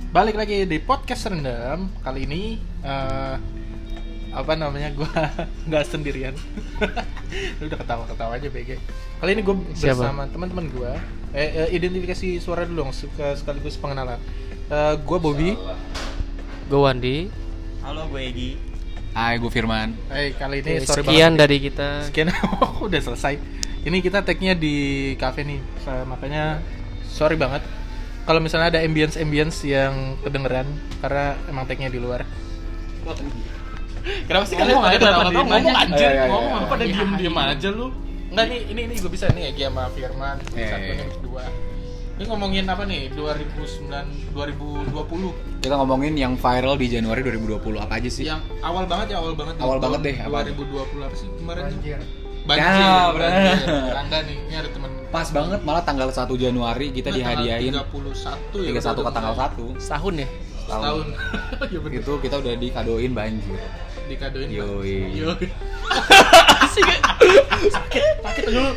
Balik lagi di podcast rendam. Kali ini gue nggak sendirian. Lu udah ketawa-ketawa aja BG. Kali ini gue bersama teman-teman gue. Identifikasi suara dulu dong, sekaligus pengenalan. Gue Bobby. Gue Wandi. Halo, gue Egi. Hai, gue Firman. Hai, kali ini sorry sekian banget. dari kita. Sekian. Udah selesai. Ini kita tag-nya di cafe nih. Makanya sorry banget kalau misalnya ada ambience yang kedengeran karena emang tag-nya di luar. Kenapa sih kalian pada ketawa-tawa ngomong anjir? Ngomong apa pada diem aja lu? Enggak nih, ini gue bisa nih Egi sama Firman. Satunya berdua. Ini ngomongin apa nih? 2020. Kita ngomongin yang viral di Januari 2020 apa aja sih? Yang awal banget ya, Awal banget deh, apa? 2020 apa sih kemarin? Banjir. Banjir. Rangga nih, ini ada teman. Pas banget, malah tanggal 1 Januari kita dihadiahin 31 ya. 31 ke tanggal 1 Setahun ya? Setahun. Ya bener. Itu kita udah dikadoin banjir. Dikadoin. Yoi. Sakit dulu.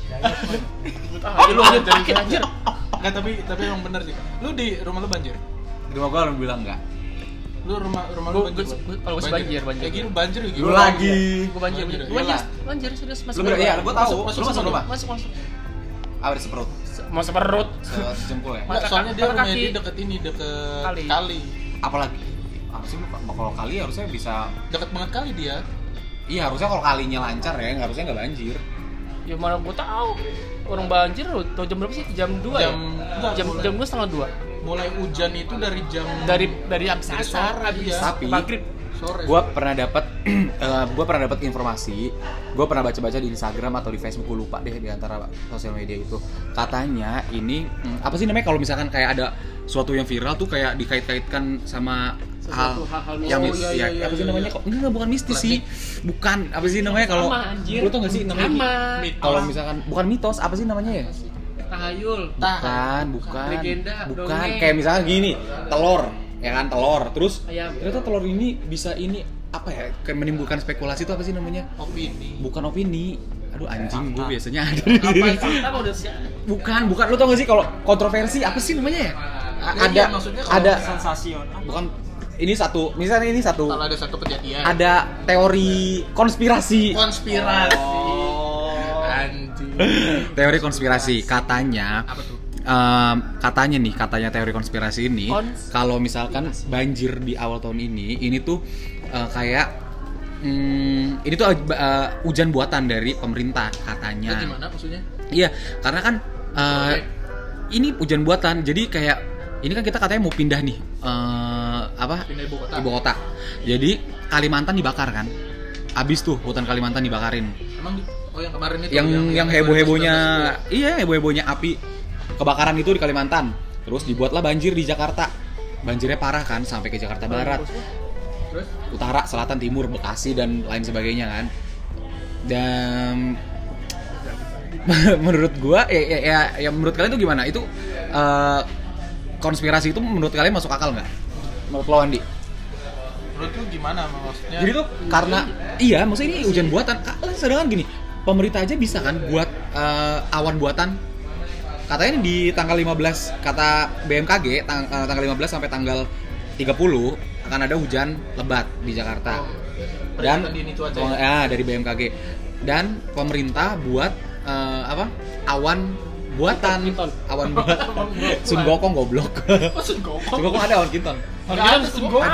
Lu sakit anjir. Enggak, tapi emang bener sih. Lu di rumah lu banjir? Di rumah gua bilang enggak. Lu rumah lu banjir? Kalau gue banjir. Ya gini banjir ya gitu. Lu lagi. Gue banjir. Banjir serius masuk. Lu iya, gua tahu. Masuk Lu masuk rumah. Masuk. Apa di seperut? Mau seperut. Sejempol ya. Enggak, soalnya dia rumahnya kaki. di deket kali. Apalagi harusnya kalau kali harusnya bisa. Deket banget kali dia. Iya, harusnya kalau kalinya lancar ya, harusnya enggak banjir. Ya mana gue tahu. Orang banjir lu tahu jam berapa sih? Jam 2 ya? Jam 2 setengah 2. Mulai hujan itu dari jam dari abis asar habis Tapi maghrib sore. Gue pernah dapat informasi. Gue pernah baca-baca di Instagram atau di Facebook, gue lupa deh di antara sosial media itu. Katanya ini apa sih namanya kalau misalkan kayak ada suatu yang viral tuh kayak dikait-kaitkan sama hal yang iya, apa sih namanya? iya. Kok enggak, bukan mistis sih. Bukan, apa sih namanya kalau lu tau enggak sih namanya? Kalau misalkan bukan mitos, apa sih namanya ya? tahayul. Bukan. Legenda, Bukan. dongeng. Kayak misalkan gini, telur, ya kan telur. Terus Ayam. ternyata telur ini bisa ini apa ya? Kayak menimbulkan spekulasi itu apa sih namanya? Opini. Bukan opini. Aduh anjing, gue biasanya ada. Apa udah siap? Bukan. Lu tau gak sih kalau kontroversi apa sih namanya ya? Iya, maksudnya kalau ada Sensasional. bukan ini satu. Misalnya ini satu. Kalau ada satu kejadian. Ada teori konspirasi. Anjing. Teori konspirasi katanya. Apa tuh? Katanya teori konspirasi ini kalau misalkan banjir di awal tahun ini tuh kayak ini tuh hujan buatan dari pemerintah katanya. Itu gimana maksudnya? Iya, karena kan ini hujan buatan. Jadi kayak ini kan kita katanya mau pindah nih Pindah ibu kota. Jadi Kalimantan dibakar kan. Abis tuh hutan Kalimantan dibakarin. Emang yang kemarin itu Yang heboh-hebohnya heboh-hebohnya api kebakaran itu di Kalimantan. Terus dibuatlah banjir di Jakarta. Banjirnya parah kan sampai ke Jakarta Barat. Terus Utara, selatan, timur, Bekasi dan lain sebagainya kan. Dan menurut gua ya menurut kalian itu gimana? Itu konspirasi itu menurut kalian masuk akal nggak? Menurut lo Andi? menurut lu gimana maksudnya? Jadi tuh karena maksudnya ini hujan buatan. Sedangkan gini, pemerintah aja bisa kan buat awan buatan. Katanya di tanggal 15 kata BMKG tanggal 15 sampai tanggal 30 akan ada hujan lebat di Jakarta. Dan dari BMKG. Dan pemerintah buat awan buatan. Awan buatan. Sun Gokong goblok. Sun Gokong? Sun Gokong ada awan kinton. Ada Sun Gokong.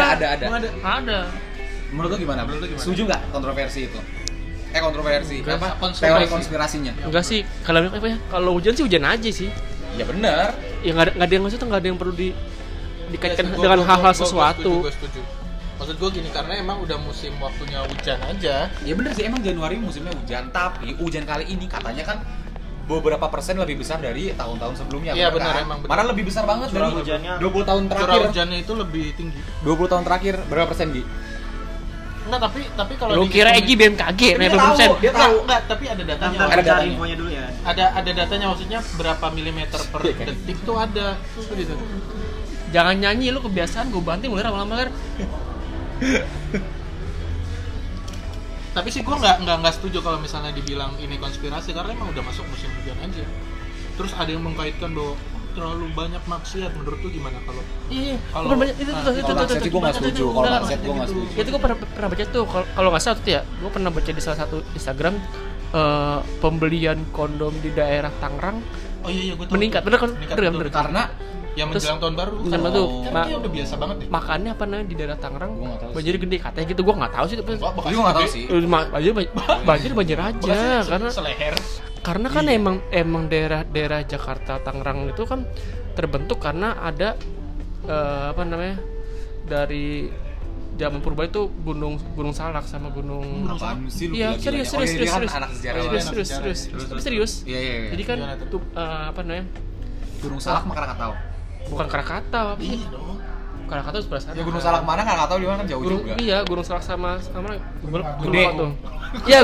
Ada. Menurut lo gimana? Setuju nggak kontroversi itu? Kontroversi. Teori konspirasinya? Enggak sih, kalau hujan sih hujan aja sih. Ya benar. Ya nggak ada yang maksudnya nggak ada yang perlu dikaitkan dengan hal-hal sesuatu. Gue setuju. Maksud gue gini, karena emang udah musim waktunya hujan aja. Ya benar sih, emang Januari musimnya hujan. Tapi hujan kali ini katanya kan beberapa persen lebih besar dari tahun-tahun sebelumnya. Iya benar, kan? emang benar. Mana lebih besar banget Curah dari hujannya. 20 tahun Curah terakhir. hujannya itu lebih tinggi. 20 tahun terakhir berapa persen, Gi? Enggak, tapi kalau Lu kira Egi BMKG Dia berapa persen? Dia tahu. Enggak, tapi ada datanya. Ada datanya. infonya dulu ya. Ada datanya, maksudnya berapa milimeter per detik tuh ada. Gitu. Jangan nyanyi, lu kebiasaan gue banting mulai lama-lama. Tapi sih gue nggak setuju kalau misalnya dibilang ini konspirasi, karena emang udah masuk musim hujan aja. Terus ada yang mengkaitkan bahwa terlalu banyak maksiat. Menurut lu gimana kalau Iya. Kalau- Kalau itu maksiat sih gue nggak setuju. Kalau maksiat gue nggak setuju. Itu gue pernah baca tuh kalau nggak salah tuh ya, gue pernah baca di salah satu Instagram pembelian kondom di daerah Tangerang oh iya gue tahu. meningkat, bener kan? Meningkat, Bener, betul. bener. Karena yang Terus- menjelang tahun baru. Tahun baru. Kan kayak udah biasa banget deh. Makannya apa namanya di daerah Tangerang Gua nggak tahu banjir gede katanya gitu, gue nggak tahu sih tapi Wah, gue nggak tahu sih. banjir aja karena seleher. kan emang daerah Jakarta Tangerang itu kan terbentuk karena ada apa namanya dari zaman purba itu gunung Salak sama gunung Apaan sih lu? Iya, gila-gila. serius. Oh, iya, dia kan anak sejarah. Serius. Tapi serius. Iya. Jadi kan Gimana tuh? tuh apa namanya? Gunung Salak mah Krakatau. Bukan Krakatau, apa sih? Iya dong. Krakatau sebelah sana. Ya Gunung Salak mana Krakatau di mana kan jauh juga. Iya, Gunung Salak sama gunung Gede. apa tuh? Iya,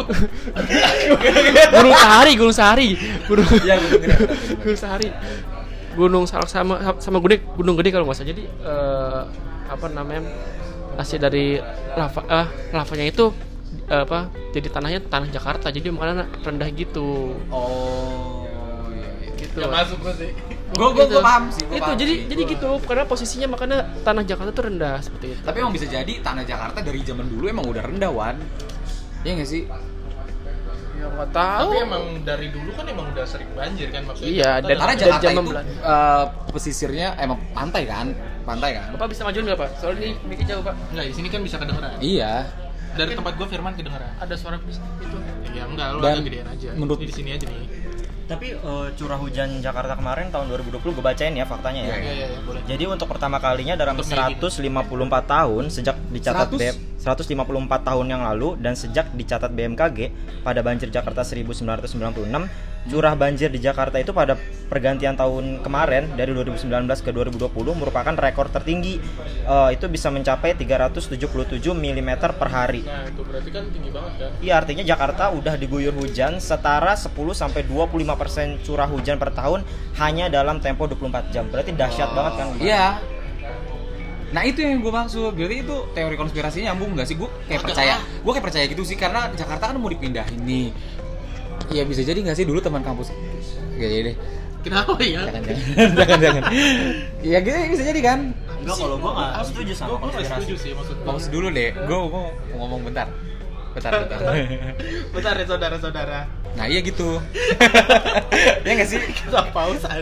Gunung Sahari. Iya, Gunung Gede. Gunung Sahari. Gunung Salak sama Gunung Gede kalau nggak salah. Jadi apa namanya? Hasil dari lavanya itu jadi tanahnya tanah Jakarta. Jadi makanya rendah gitu. Oh, iya. Gitu. Gak masuk gue sih. Gue paham sih. Itu jadi gitu karena posisinya makanya tanah Jakarta tuh rendah seperti itu. Tapi emang bisa jadi tanah Jakarta dari zaman dulu emang udah rendah, Wan. Iya nggak sih? Ya nggak tahu. Tapi emang dari dulu kan emang udah sering banjir kan maksudnya. Iya, Jakarta dan Karena dari Jakarta zaman itu Belanda. pesisirnya emang pantai kan? Bapak bisa majuin nggak Pak? Soalnya ini mikir jauh Pak. Enggak, di sini kan bisa kedengeran. Iya. Dari tempat gue Firman kedengeran. Ada suara itu. Ya enggak, lu Dan agak gedean aja. menurut- Ini di sini aja nih. Tapi curah hujan Jakarta kemarin tahun 2020 gue bacain ya faktanya ya. Iya, boleh. Jadi untuk pertama kalinya dalam Untuk 154 tahun sejak dicatat 154 tahun yang lalu dan sejak dicatat BMKG pada banjir Jakarta 1996, curah banjir di Jakarta itu pada pergantian tahun kemarin dari 2019 ke 2020 merupakan rekor tertinggi. Itu bisa mencapai 377 mm per hari. Nah, itu berarti kan tinggi banget kan. Iya, artinya Jakarta udah diguyur hujan setara 10-25% curah hujan per tahun hanya dalam tempo 24 jam. Berarti dahsyat banget kan? Iya. Nah itu yang gue maksud. Berarti itu teori konspirasinya nyambung nggak sih? Gue kayak percaya gitu sih karena Jakarta kan mau dipindahin nih. Iya bisa jadi nggak sih dulu teman kampus? Gak jadi deh. Kenapa ya? Jangan. Iya gitu bisa jadi kan? Enggak, kalau gua enggak setuju sama Gue konspirasi. setuju sih maksud gue. Pause dulu deh. Gue mau ngomong bentar. Bentar ya saudara-saudara. Nah iya gitu. Ya nggak sih? Kita pause aja.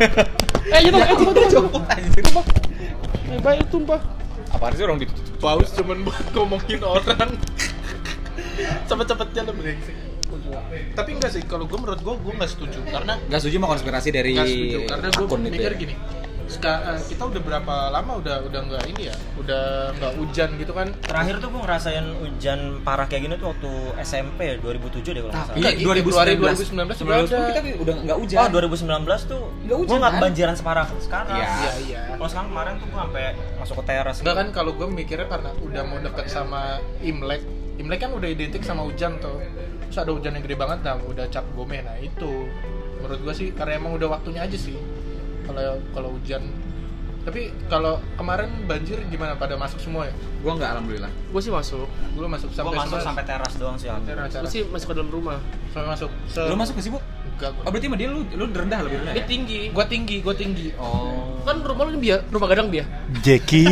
Cukup anjir. Baik tumpah. Apaan sih orang ditutup? Pause cuman buat ngomongin orang. Cepet-cepetnya lo brengsek. Tapi enggak sih, kalau menurut gue enggak setuju karena Nggak setuju sama konspirasi dari nggak setuju karena gue akun itu mikir ya? gini. Kita udah berapa lama udah nggak ini ya, udah nggak hujan gitu kan. Terakhir tuh gua ngerasain hujan parah kayak gini tuh waktu SMP 2007 deh kalau nggak Tapi salah. 2019 juga ada. kita udah nggak hujan. Oh, 2019 tuh Nggak hujan, gua nggak kan? kebanjiran separah sekarang. Iya. Iya. Kalau sekarang kemarin tuh gua sampai masuk ke teras. Enggak kan, kalau gue mikirnya karena udah mau deket sama Imlek kan udah identik sama hujan tuh. Terus ada hujan yang gede banget, nah udah cap gome. Nah itu menurut gue sih karena emang udah waktunya aja sih. Kalau hujan. Tapi kalau kemarin banjir gimana, pada masuk semua ya? Gua nggak, alhamdulillah. Gue sih masuk. Gue masuk Gua masuk sampai teras doang sih. teras. Gue sih masuk ke dalam rumah. Sampai masuk. Lu masuk ke sih, Bu? Enggak, Oh, berarti sama dia lu rendah, lebih rendah Dia ya? tinggi. gue tinggi. Oh. Kan rumah lu biar rumah gadang dia. Jeki.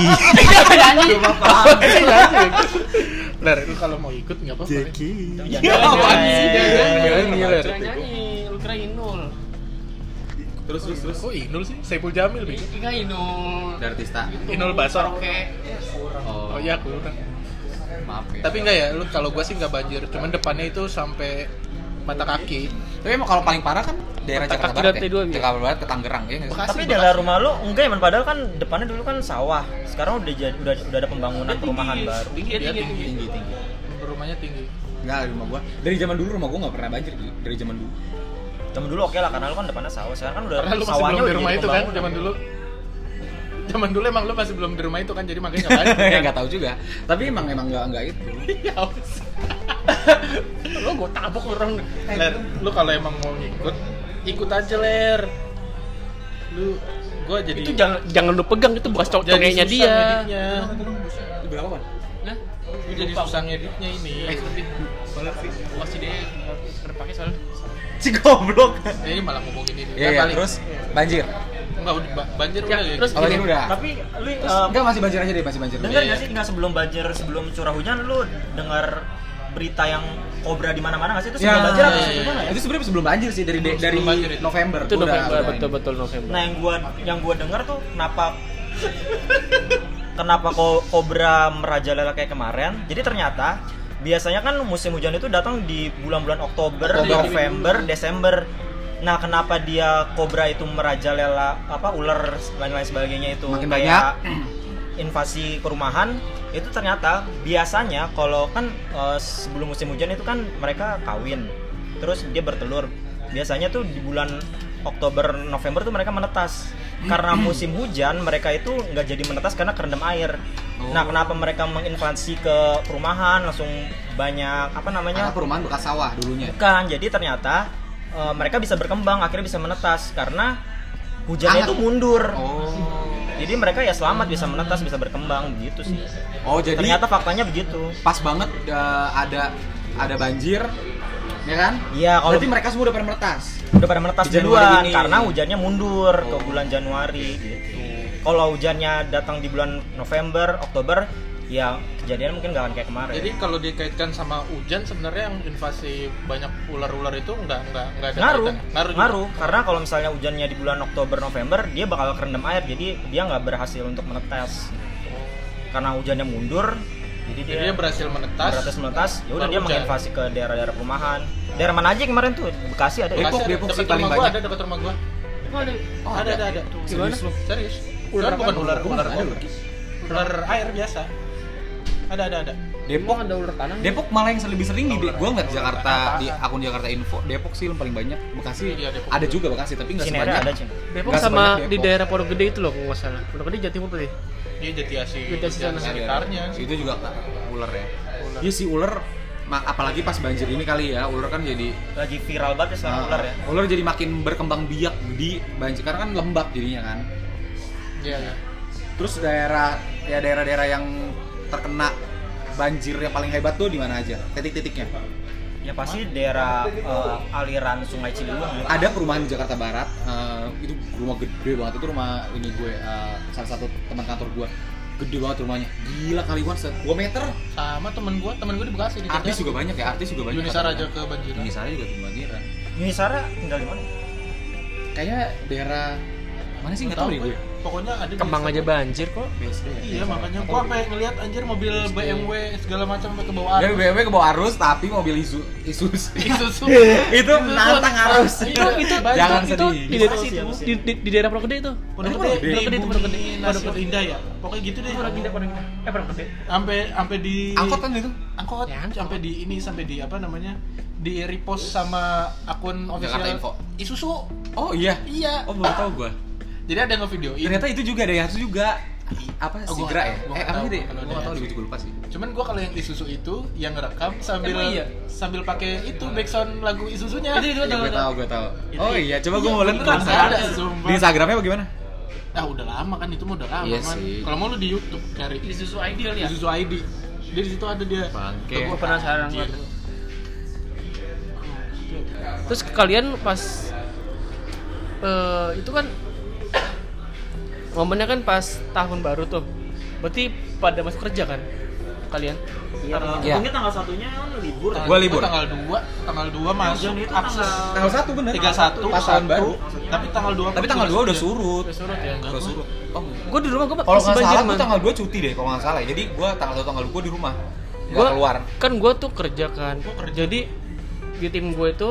Ler, lu kalau mau ikut nggak apa-apa. Jeki. Apaan sih? Nyanyi, Ler. Jangan nyanyi, lu kira Inul. Terus. Oh, Inul sih, Saipul Jamil nih. Kira Inul. Dari Tista. Inul Basor. Oke. Oh iya, kurang. Maaf ya. Tapi enggak ya, lu kalau gua sih enggak banjir, cuman depannya itu sampai mata kaki. Tapi emang kalau paling parah kan daerah Kaki Jakarta dan Barat ya? T2 ya? Jakarta Barat ke Tangerang ya nggak sih? Bekasi. Tapi daerah rumah lu enggak ya, padahal kan depannya dulu kan sawah. Sekarang udah ada pembangunan perumahan baru. Tinggi. Tinggi. Rumahnya tinggi. Enggak, rumah gua. Dari zaman dulu rumah gua nggak pernah banjir, dari zaman dulu. Zaman dulu oke lah karena lu kan depannya sawah. Sekarang kan udah Karena lu masih sawahnya belum di udah rumah jadi itu kan, pembangunan. zaman dulu emang lu masih belum di rumah itu kan, jadi makanya enggak banjir. Ya nggak tahu juga. Tapi emang enggak itu. Ya wes. Lu gue tabok orang. Ler, lu kalau emang mau ikut aja, Ler. Lu gua jadi Itu jangan lu pegang, itu bekas jadi congenya susah dia. ngeditnya. Itu berapa, Pan? Nah, Lu jadi susah ngeditnya ini. Masih dia terpakai soalnya. Si goblok. Ini malah ngomongin ini. Iya, Balik. terus banjir. Enggak udah banjir Ya, udah ya. terus Oh, ini udah. Tapi lu Enggak, masih banjir aja deh, masih banjir. dengar nggak sih nggak sebelum banjir, sebelum curah hujan lu dengar berita yang kobra di mana-mana nggak sih? Itu sebelum banjir apa iya, gimana ya? Itu sebenarnya sebelum banjir sih dari Sebelum banjir itu. November. Itu Udah, November, udah. betul November. Nah yang gua dengar tuh kenapa kobra merajalela kayak kemarin. Jadi ternyata biasanya kan musim hujan itu datang di bulan-bulan Oktober, November, Desember. Nah, kenapa dia kobra itu merajalela ular dan lain sebagainya itu Makin kayak invasi perumahan, itu ternyata biasanya kalau kan sebelum musim hujan itu kan mereka kawin. Terus dia bertelur. Biasanya tuh di bulan Oktober, November tuh mereka menetas. Karena musim hujan mereka itu nggak jadi menetas karena kerendam air. Nah, kenapa mereka menginvasi ke perumahan langsung banyak Karena perumahan bekas sawah dulunya. Bukan, jadi ternyata mereka bisa berkembang, akhirnya bisa menetas karena hujannya Hangat. itu mundur. Oh. Jadi mereka ya selamat bisa menetas, bisa berkembang gitu sih. Oh, jadi Ternyata faktanya begitu. pas banget ada banjir, ya kan? Iya, kalau Berarti mereka semua udah pada meretas. udah pada menetas Di Januari duluan ini. karena hujannya mundur ke Oh. bulan Januari gitu. Kalau hujannya datang di bulan November, Oktober, ya kejadian mungkin nggak akan kayak kemarin. Jadi kalau dikaitkan sama hujan sebenarnya yang invasi banyak ular-ular itu nggak ada ngaruh, kaitan. ngaruh. Karena kalau misalnya hujannya di bulan Oktober November, dia bakal kerendam air, jadi dia nggak berhasil untuk menetas. Karena hujannya mundur, jadi Jadi dia berhasil menetas. menetas, ya udah baru dia hujan. menginvasi ke daerah-daerah perumahan. Daerah mana aja kemarin tuh? Bekasi ada. ya? Depok, Bekasi ada, Depok dekat sih paling rumah gua banyak. ada dekat rumah gua. Oh, ada. Oh, ada. Gimana? Serius. Ular Ular bukan apa? ular Ada kobra. ular. Ular air biasa. Ada. Depok Emang ada ular tanah. Depok malah yang lebih sering di Ular gua ngeliat air. Jakarta Ular di tanah. akun Jakarta Info. Depok sih yang paling banyak. Bekasi Iya, Depok ada juga. juga Bekasi tapi nggak Cinere sebanyak. ada, Cin. Depok Nggak sama sebanyak di Depok. daerah Pondok Gede itu loh kalau nggak salah. Pondok Gede Jatimur tuh ya. Dia Jatiasi. Jatiasi dan sana. sekitarnya. Itu juga ular ya. Ular. Iya sih ular apalagi pas banjir ini kali ya, ular kan jadi Lagi viral banget ya sekarang ular ya. ular jadi makin berkembang biak di banjir karena kan lembab jadinya kan. Iya. Terus daerah-daerah yang terkena banjir yang paling hebat tuh di mana aja? Titik-titiknya. Ya pasti daerah aliran Sungai Ciliwung. Ada perumahan di Jakarta Barat, itu rumah gede banget, itu rumah ini gue salah satu teman kantor gue, gede banget rumahnya, gila kaliwan 2 meter. Sama temen gua di Bekasi di Artis Jakarta. juga banyak ya, artis juga banyak. Yunisara katanya. aja kebanjiran. Yunisara juga kebanjiran. Yunisara tinggal di mana? Kayaknya daerah mana sih nggak tahu deh gue. Pokoknya ada di Kemang aja banjir kok. BSD ya? Iya, makanya Nggak gua tahu sampai deh. ngeliat anjir mobil BSD. BMW segala macam sampai ke bawah Dari arus. BMW ke bawah arus, tapi mobil Isus. Isuzu. Itu menantang arus. Itu Jangan itu sedih. di daerah situ, di daerah Pondok Gede itu. Pondok Pondok Gede, Gede. di Pondok Pondok Gede. Gede, Nasir Indah ya. Pokoknya gitu deh. Pondok Gede. Pondok Gede. Sampai di Angkot kan itu? angkot Ya, angkot. sampai di apa namanya? Di repost sama akun official Jakarta Info. Isuzu. Oh iya. Iya. Oh belum tahu gue. Jadi ada ngevideoin. Ternyata itu juga ada yang itu juga apa Oh, gua Sigra nggak ya? tahu, gua nggak Apa tahu. sih deh? Kalau Gue ada nggak tahu, yang gue juga lupa sih. Cuman gua kalau yang Isuzu itu yang ngerekam sambil Emang iya? sambil pakai itu backsound lagu Isuzunya. Itu Iya, gue tahu. Itu Oh iya, coba gue iya, mau lihat beneran di ada, Instagram. sumpah. Di Instagramnya bagaimana? Ah udah lama kan itu mah udah lama Iya man. sih. Kalau mau lu di YouTube cari Isuzu Ideal ya. Isuzu ID. Dia di situ ada dia. Bangke. Tuh, Gue penasaran anjir. banget. Terus kalian pas itu kan momennya kan pas tahun baru tuh. Berarti pada masuk kerja kan kalian? Iya. Iya. Mungkin tanggal satunya kan libur. Gua libur. Tanggal 2 masuk Hujan itu akses Tanggal 1 bener. 31 pas tahun baru. Tapi tanggal 2 Tapi tanggal 2 udah surut. Udah surut ya. Udah surut. Oh. Gue di rumah gue Kalau masih nggak banjir salah gue man. tanggal 2 cuti deh kalau nggak salah. Jadi gue tanggal 1 tanggal 2 di rumah. Nggak Gua keluar. kan gue tuh kerja kan. Gua kerja. Jadi di tim gue itu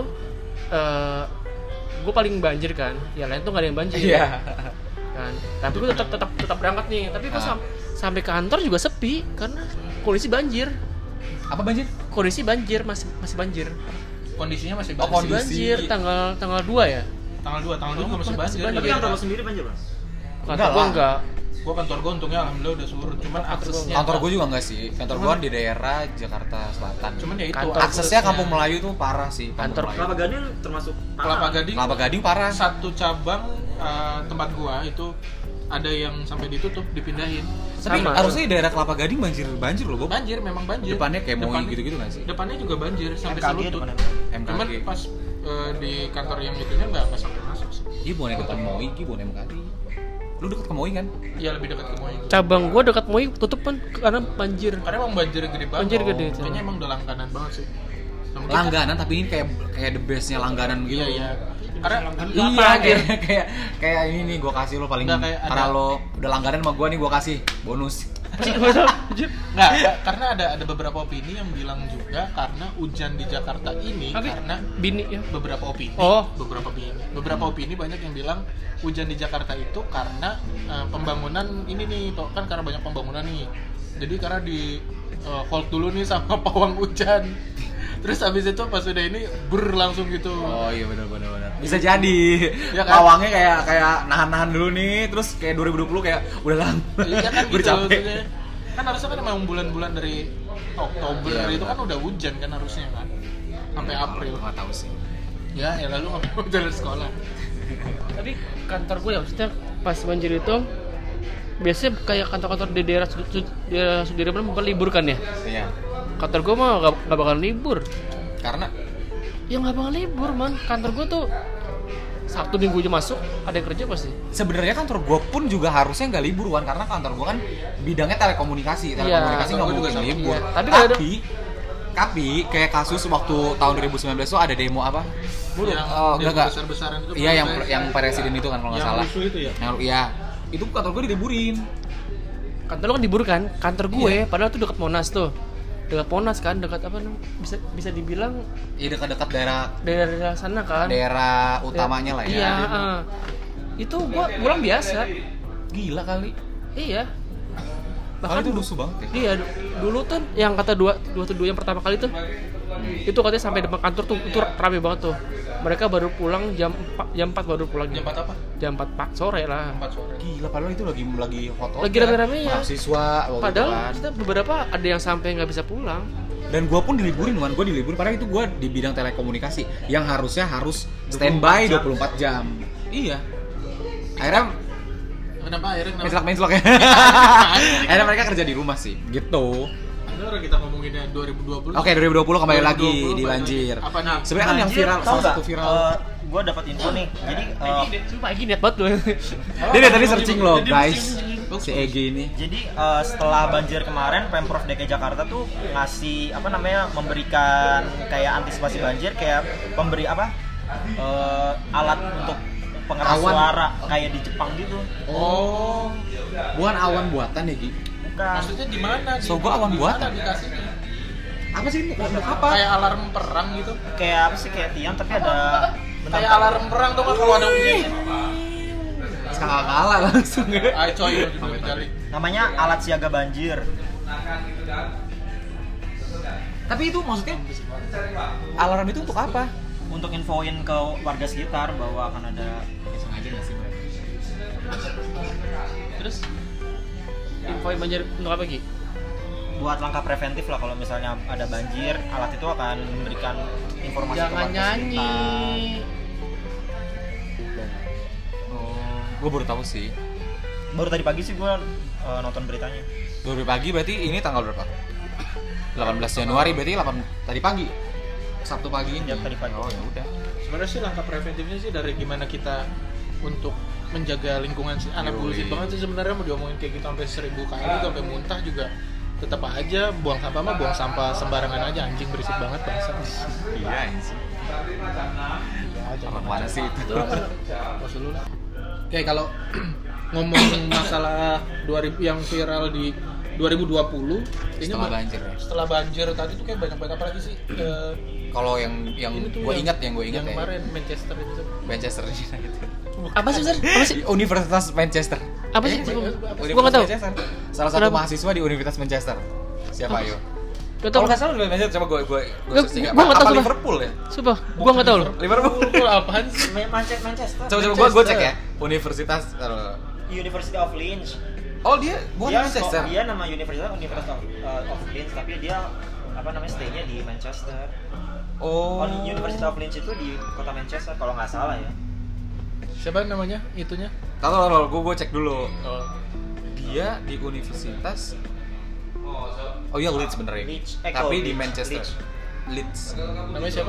gue paling banjir kan. Ya lain tuh gak ada yang banjir. Iya. Kan. Tapi gue tetap berangkat nih. Tapi gue Ah. sampai kantor juga sepi karena kondisi banjir. Apa banjir? Kondisi banjir masih banjir. kondisinya masih Oh, banjir. kondisi. Banjir tanggal 2 ya. Tanggal 2 juga masih banjir. banjir. Tapi kantor lo sendiri banjir, Bang? Kantor Enggak gue lah. enggak. Gua kantor gua untungnya alhamdulillah udah surut. Cuman aksesnya Kantor gue juga nggak sih. Kantor gue di daerah Jakarta Selatan. cuman ya itu Kantor aksesnya Kampung Melayu tuh parah sih. Kantor Kampung Kelapa Melayu. Gading termasuk Kelapa Gading. Kelapa Gading parah. Satu cabang tempat gua itu ada yang sampai ditutup dipindahin. Tapi Sama. harusnya di daerah Kelapa Gading banjir loh, Bob. Banjir memang banjir. Depannya kayak mau gitu-gitu nggak sih? Depannya juga banjir sampai MKG selutut. depannya. Cuman MKG. pas di kantor yang itunya nggak sampai masuk sih. Iya, bukan dekat Moi, bukan MKG. Lu deket ke Moi kan? Iya, lebih dekat ke Moi. Cabang gua dekat Moi tutup kan karena banjir. Karena emang banjir gede banget. Banjir gede. Kayaknya emang udah langganan banget sih. Nah, mungkin Langganan, tapi ini kayak the bestnya langganan gitu. Iya, iya. Karena Iya, kayak ini nih gue kasih lo paling Nggak, kayak karena ada- lo udah langganan sama gue nih gue kasih bonus. nggak, karena ada beberapa opini yang bilang juga karena hujan di Jakarta ini Tapi karena bini ya. beberapa opini Oh. beberapa opini banyak yang bilang hujan di Jakarta itu karena pembangunan ini nih kan karena banyak pembangunan nih, jadi karena di hold dulu nih sama pawang hujan, terus habis itu pas udah ini langsung gitu. Oh iya benar. Bisa jadi. Ya kan? Pawangnya kayak nahan dulu nih, terus kayak 2020 kayak udah lama. Iya kan Gue gitu capek. maksudnya. Kan harusnya kan emang bulan-bulan dari Oktober Iya, itu benar. kan udah hujan kan harusnya kan sampai April. Nggak tahu sih. Ya lalu nggak mau jalan sekolah. Tapi kantor gue ya maksudnya pas banjir itu biasanya kayak kantor-kantor di daerah Sudirman libur kan ya. Iya. Kantor gue mah gak bakal libur. Karena Ya gak bakal libur man. Kantor gue tuh Sabtu Minggu aja masuk ada yang kerja pasti. sebenarnya kantor gue pun juga harusnya nggak libur Wan, karena kantor gue kan bidangnya telekomunikasi Iya, nggak kantor gua juga mungkin sama. libur. Iya, tapi kalau ada- Tapi kayak kasus waktu tahun 2019 tuh ada demo apa? Yang Enggak. besar-besaran itu. Iya yang presiden itu kan kalau nggak yang salah. rusuh itu ya. Iya. Itu kantor gue diliburin. Kantor lo kan libur kan? Kantor gue padahal tuh dekat Monas tuh. Dekat Monas kan, dekat apa namanya? Bisa dibilang Iya dekat-dekat daerah sana kan. daerah utamanya lah ya. Iya, itu gua pulang biasa. Gila kali. Iya. Bahkan itu rusuh banget ya. Iya, dulu tuh yang kata dua yang pertama kali tuh itu katanya sampai depan kantor tuh itu rame banget tuh. Mereka baru pulang jam 4 baru pulang. Jam 4 apa? Jam 4 Pak sore lah. 4 sore. Gila padahal itu lagi hot. Lagi rame-ramenya. Mahasiswa waktu Padahal itu kan. kita beberapa ada yang sampai nggak bisa pulang. Dan gue pun diliburin, Wan. Gue diliburin padahal itu gue di bidang telekomunikasi yang harusnya harus standby 24 jam. Iya. Akhirnya Kenapa akhirnya mencelak ya. Akhirnya mereka kerja di rumah sih. Gitu. Ini orang kita ngomonginnya 2020. Oke, 2020 kembali 2020 lagi di balik banjir. lagi. Apa nih? Sebenarnya kan yang Banjir, viral, tau salah nggak? satu viral. Gue dapat info nih. Jadi Sumpah Egi niat banget tuh. Dia dari tadi searching loh, Jadi guys. musim- Si Egi ini. Jadi setelah banjir kemarin Pemprov DKI Jakarta tuh ngasih memberikan kayak antisipasi banjir, kayak pemberi alat untuk pengeras Awan. suara kayak di Jepang gitu. Oh. Bukan awan buatan ya, Gi? Bukan. Maksudnya di mana? So, gua awan buatan. Dikasihnya. Apa sih ini? Apa? Kayak alarm perang gitu. Kayak apa sih, kayak tiang tapi ada Kayak alarm perang tuh kan kalau ada hujan. Kalah langsung ya. Ayo coy, udah jalik. namanya alat siaga banjir. Tapi itu maksudnya alarm itu untuk apa? Untuk infoin ke warga sekitar bahwa akan ada Sengaja nggak sih mereka? Terus info banjir untuk apa Ki? buat langkah preventif lah, kalau misalnya ada banjir, alat itu akan memberikan informasi ke Jangan warga nyanyi. sekitar. Oh, gue baru tahu sih. Baru tadi pagi sih gue nonton beritanya. Baru pagi berarti ini tanggal berapa? 18 Januari berarti tadi pagi. Sabtu pagi ini. Ya, tadi pagi. Oh ya udah. Sebenarnya sih langkah preventifnya sih dari gimana kita untuk menjaga lingkungan sih. Anak bullshit banget sih sebenarnya, mau diomongin kayak gitu sampai 1000 kali sampai muntah juga tetap aja buang sampah sembarangan aja, anjing berisik banget bangsa. Iya sih. Apa mana sih itu? Oke, kalau ngomong masalah 2000 yang viral di 2020 ini Setelah banjir ya? Setelah banjir tadi tuh kayak banyak apa lagi sih? Kalau yang Ini tuh gue ingat ya kemarin Manchester itu. Manchester United. Apa sih Sir? Apa sih? Universitas Manchester. Apa sih? Apa sih? Gua nggak tahu. Manchester. Salah satu Kenapa? mahasiswa di Universitas Manchester. Siapa ayo? Gak tau. Kalau nggak salah di Manchester, coba gue Gua searching. nggak tahu, Apa sumpah. Liverpool ya? Sumpah, gua nggak tahu loh. Liverpool. Itu apaan sih? Manchester. Coba gue cek ya. Universitas. University of Leeds. Oh dia bukan Dia Manchester. Dia nama Universitas of Leeds, tapi dia stay-nya di Manchester. Oh. University of Leeds itu di kota Manchester kalau nggak salah ya. Siapa namanya itunya? Tahu gue cek dulu. Oh. Dia di Universitas. Oh iya Leeds bener ya. Leeds. Tapi di Leeds. Manchester. Leeds. Leeds. Namanya siapa?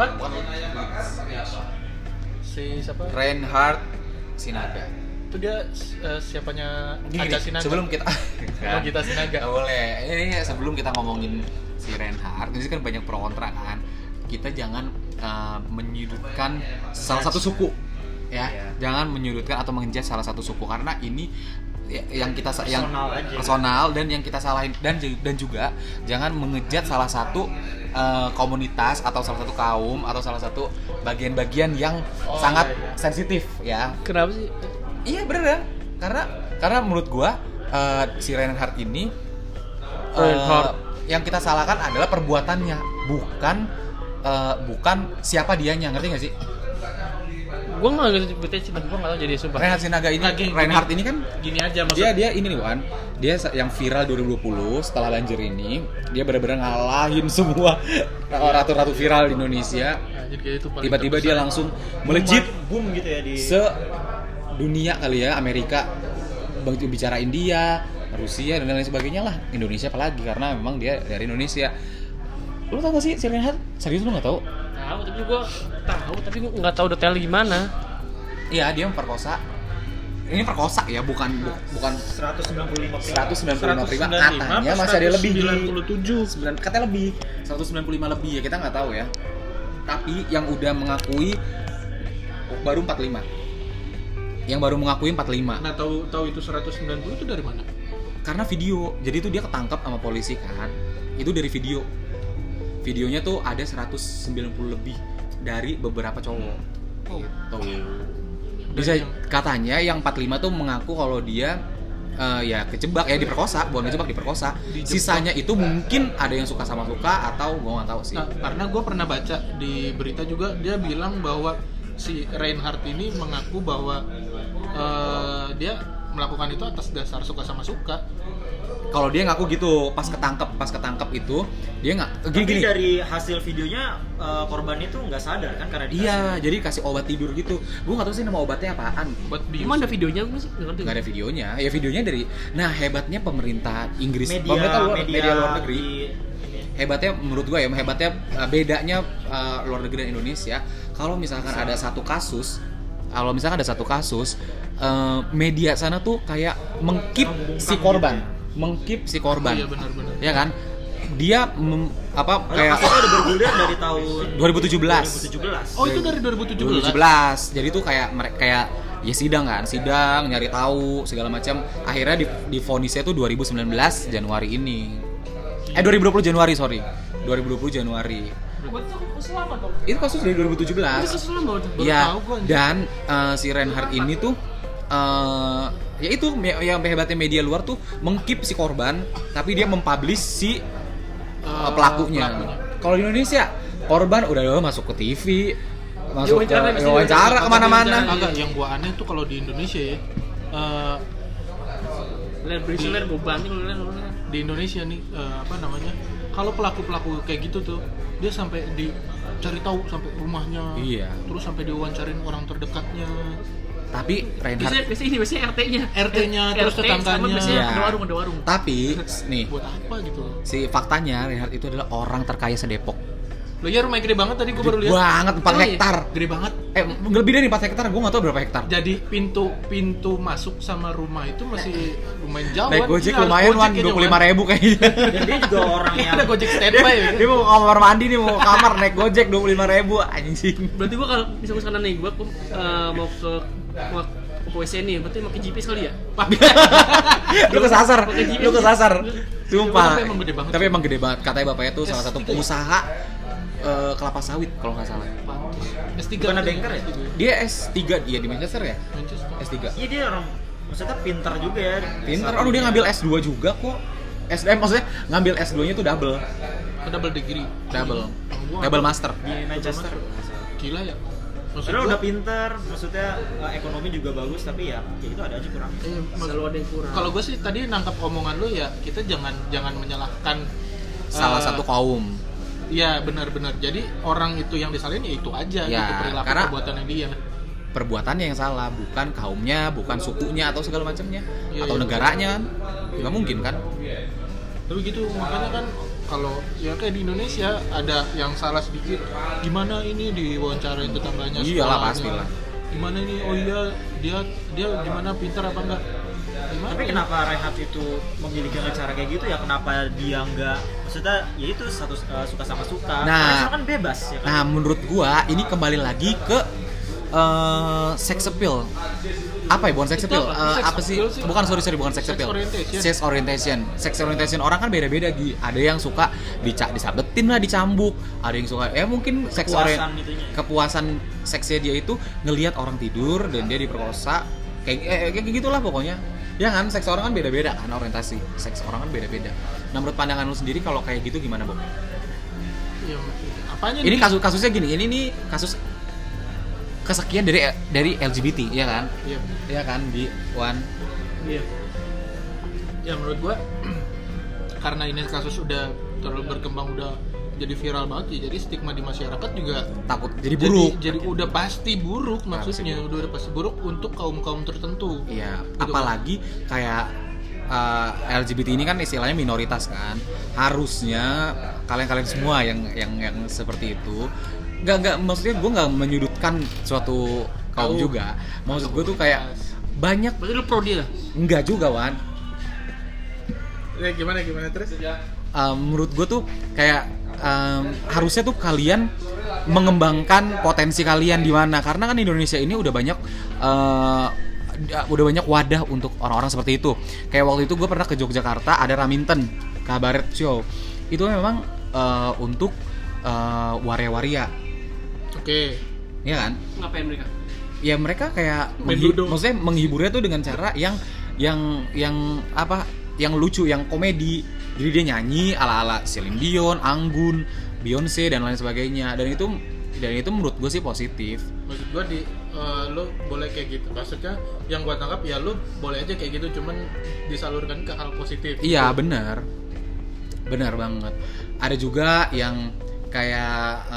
Si siapa? Reinhard Sinaga. Itu dia siapanya Gini, Aca Sinaga. sebelum kita Oh, Gita Sinaga. Nggak boleh. Ini sebelum kita ngomongin si Reinhard, ini kan banyak pro kontra kan. Kita jangan menyudutkan salah satu suku, ya. Jangan menyudutkan atau menjudge salah satu suku karena ini yang kita yang personal dan yang kita salahin dan juga jangan mengejat salah satu komunitas atau salah satu kaum atau salah satu bagian-bagian yang sangat sensitif ya. Kenapa sih? Iya bener ya, karena menurut gua si Reinhard ini yang kita salahkan adalah perbuatannya, bukan siapa dianya, ngerti gak sih? Gue nggak ngerti cinta, gue nggak tahu jadi sumpah. Reinhard Sinaga ini, Reinhard ini kan Gini aja maksudnya. dia ini nih Wan, dia yang viral 2020 setelah banjir ini, dia benar-benar ngalahin semua ratu-ratu viral di Indonesia. Nah, jadi kayak itu paling Tiba-tiba dia terbesar. langsung melejit boom gitu ya di dunia kali ya, Amerika bicara India, Rusia dan lain sebagainya lah, Indonesia apalagi karena memang dia dari Indonesia. Lu tau gak sih si Reinhard? Serius lu gak tau? Tahu, tapi gue tahu, tapi gue nggak tahu detail gimana. Iya, dia memperkosa. Ini perkosa ya, bukan 195 prima katanya masih ada lebih 197. katanya lebih 195 lebih ya, kita nggak tahu ya. Tapi yang udah mengakui baru 45. Yang baru mengakui 45. Nah, tahu itu 190 itu dari mana? Karena video. Jadi itu dia ketangkap sama polisi kan. Itu dari video. Videonya tuh ada 190 lebih dari beberapa cowok. Gitu. Bisa katanya yang 45 tuh mengaku kalau dia ya kejebak ya, diperkosa, bukan kejebak, diperkosa. Sisanya itu mungkin ada yang suka sama suka atau gua nggak tahu sih. Nah, karena gue pernah baca di berita juga dia bilang bahwa si Reinhard ini mengaku bahwa dia melakukan itu atas dasar suka sama suka. Kalau dia ngaku gitu, pas ketangkep itu dia nggak gini. dari hasil videonya korban itu nggak sadar kan karena Iya, jadi kasih obat tidur gitu. Gue nggak tahu sih nama obatnya apaan. Buat bius. Emang ada videonya gue sih nggak ngerti. Nggak ada videonya. Ya videonya dari. Nah hebatnya pemerintah Inggris, media pemerintah luar negeri. di- Hebatnya menurut gue ya, bedanya luar negeri dan Indonesia. Kalau misalkan ada satu kasus, media sana tuh kayak mengkeep si korban. Oh, iya benar-benar. Ya kan? Dia kayak kasusnya udah bergulir dari tahun 2017. 2017. Oh, itu dari 2017. 2017. Jadi tuh kayak ya sidang nyari tahu segala macam. Akhirnya divonisnya tuh 2019 Januari ini. 2020 Januari, sorry. 2020 Januari. Selamat dong. Itu kasus dari 2017. Itu selamat. Iya. tahu gua. Dan si Reinhard ini tuh ya itu yang hebatnya media luar tuh mengkeep si korban, tapi dia mempublish si pelakunya. Kalau di Indonesia, korban udah masuk ke TV, masuk ke wawancara kemana-mana. Agak yang gua aneh tuh kalau di Indonesia ya. Ler gue banting lu. Di Indonesia nih kalau pelaku kayak gitu tuh dia sampai dicari tahu sampai rumahnya, Iya. terus sampai diwawancarin orang terdekatnya, Tapi Reinhard Biasanya RT-nya, terus tetangganya. sama biasanya Iya. ada warung. tapi nih buat apa gitu. si faktanya Reinhard itu adalah orang terkaya se-Depok. Lo ya rumahnya gede banget tadi gua baru Gede lihat. banget, 4 Emang iya? hektar. Gede banget. Lebih dari 4 hektar, gue gak tau berapa hektar. Jadi pintu masuk sama rumah itu masih lumayan jauh. Naik Gojek Ini harus lumayan Wan, Gojek kayaknya, 25.000 kayaknya. Dan dia juga orang Ini yang ada Gojek standby ya. Dia mau kamar mandi nih, mau kamar naik Gojek 25.000 anjing. Berarti gua kalau misalkan nih gua mau ke WC nih, berarti pakai GPS kali ya? Lu kesasar. Tapi Sumpah. emang gede banget. Tapi emang gede banget. Katanya bapaknya tuh salah satu pengusaha kelapa sawit kalau nggak salah. S3 Bukan ada banker ya? Dia S3 dia di Manchester ya? Manchester. S3. iya dia orang maksudnya pintar juga ya. Pinter. Aduh dia ngambil S2 juga kok. Maksudnya ngambil S2-nya tuh double. Double degree. Double master. Di Manchester. Gila ya. Padahal udah pinter, maksudnya ekonomi juga bagus, tapi ya itu ada aja kurang. Selalu ada yang kurang. Kalau gue sih tadi nangkap omongan lu ya, kita jangan menyalahkan Salah satu kaum. Iya benar-benar. Jadi orang itu yang disalahin ya itu aja Ya, gitu perilaku karena- perbuatannya dia. Perbuatannya yang salah, bukan kaumnya, bukan sukunya atau segala macamnya, Iya, atau iya. negaranya kan. Nggak mungkin kan? Tapi gitu makanya kan kalau ya kayak di Indonesia ada yang salah sedikit, gimana ini diwawancarain tetangganya, Iyalah, sekolahnya. pastilah. Gimana ini, oh iya dia gimana, pintar apa enggak, gimana Tapi ya? kenapa Reinhardt itu memiliki cara kayak gitu ya? Kenapa dia nggak, maksudnya ya itu satu suka sama suka. Nah. Karena kan bebas ya kan. Nah, menurut gua ini kembali lagi ke sex appeal. Apa ya, bukan sex Itu appeal? apa? Sex Apa sih? appeal sih. Bukan, sorry, bukan sex Sex appeal. orientation. Sex orientation. Sex orientation orang kan beda-beda, Gi. Ada yang suka disabetin lah, dicambuk. Ada yang suka mungkin Kepuasan itunya. kepuasan seksnya dia itu ngelihat orang tidur dan dia diperkosa. Kayak gitulah pokoknya. Ya kan, seks orang kan beda-beda kan, orientasi. Seks orang kan beda-beda. Nah, menurut pandangan lu sendiri kalau kayak gitu gimana, Bob? Ya, apanya Ini nih? kasusnya gini, ini nih kasus kesekian dari LGBT, ya kan? Iya. Ya kan, di One. Iya. Ya menurut gua karena ini kasus udah terlalu berkembang, udah jadi viral banget ya, jadi stigma di masyarakat juga Takut jadi buruk. Jadi udah pasti buruk, maksudnya buruk. udah pasti buruk untuk kaum tertentu. Iya, Gitu. apalagi kayak LGBT ini kan istilahnya minoritas kan. Harusnya kalian semua yang seperti itu nggak maksudnya gue nggak menyudutkan suatu kaum juga. Maksud gue tuh kayak banyak, Berarti lu pro dia? enggak juga, Wan. Gimana terus? Menurut gue tuh kayak harusnya tuh kalian mengembangkan potensi kalian di mana, karena kan Indonesia ini udah banyak wadah untuk orang-orang seperti itu. Kayak waktu itu gue pernah ke Yogyakarta, ada Raminten Kabaret Show. Itu memang untuk waria-waria, Oke. ya kan? Ngapain mereka? Ya mereka kayak Main duduk. maksudnya menghiburnya tuh dengan cara yang apa? Yang lucu, yang komedi. Jadi dia nyanyi ala-ala Celine Dion, Anggun, Beyonce dan lain sebagainya. Dan itu menurut gue sih positif. Maksud gua lo boleh kayak gitu. Maksudnya yang gua tangkap ya lo boleh aja kayak gitu, cuman disalurkan ke hal positif. Iya, benar banget. Ada juga yang kayak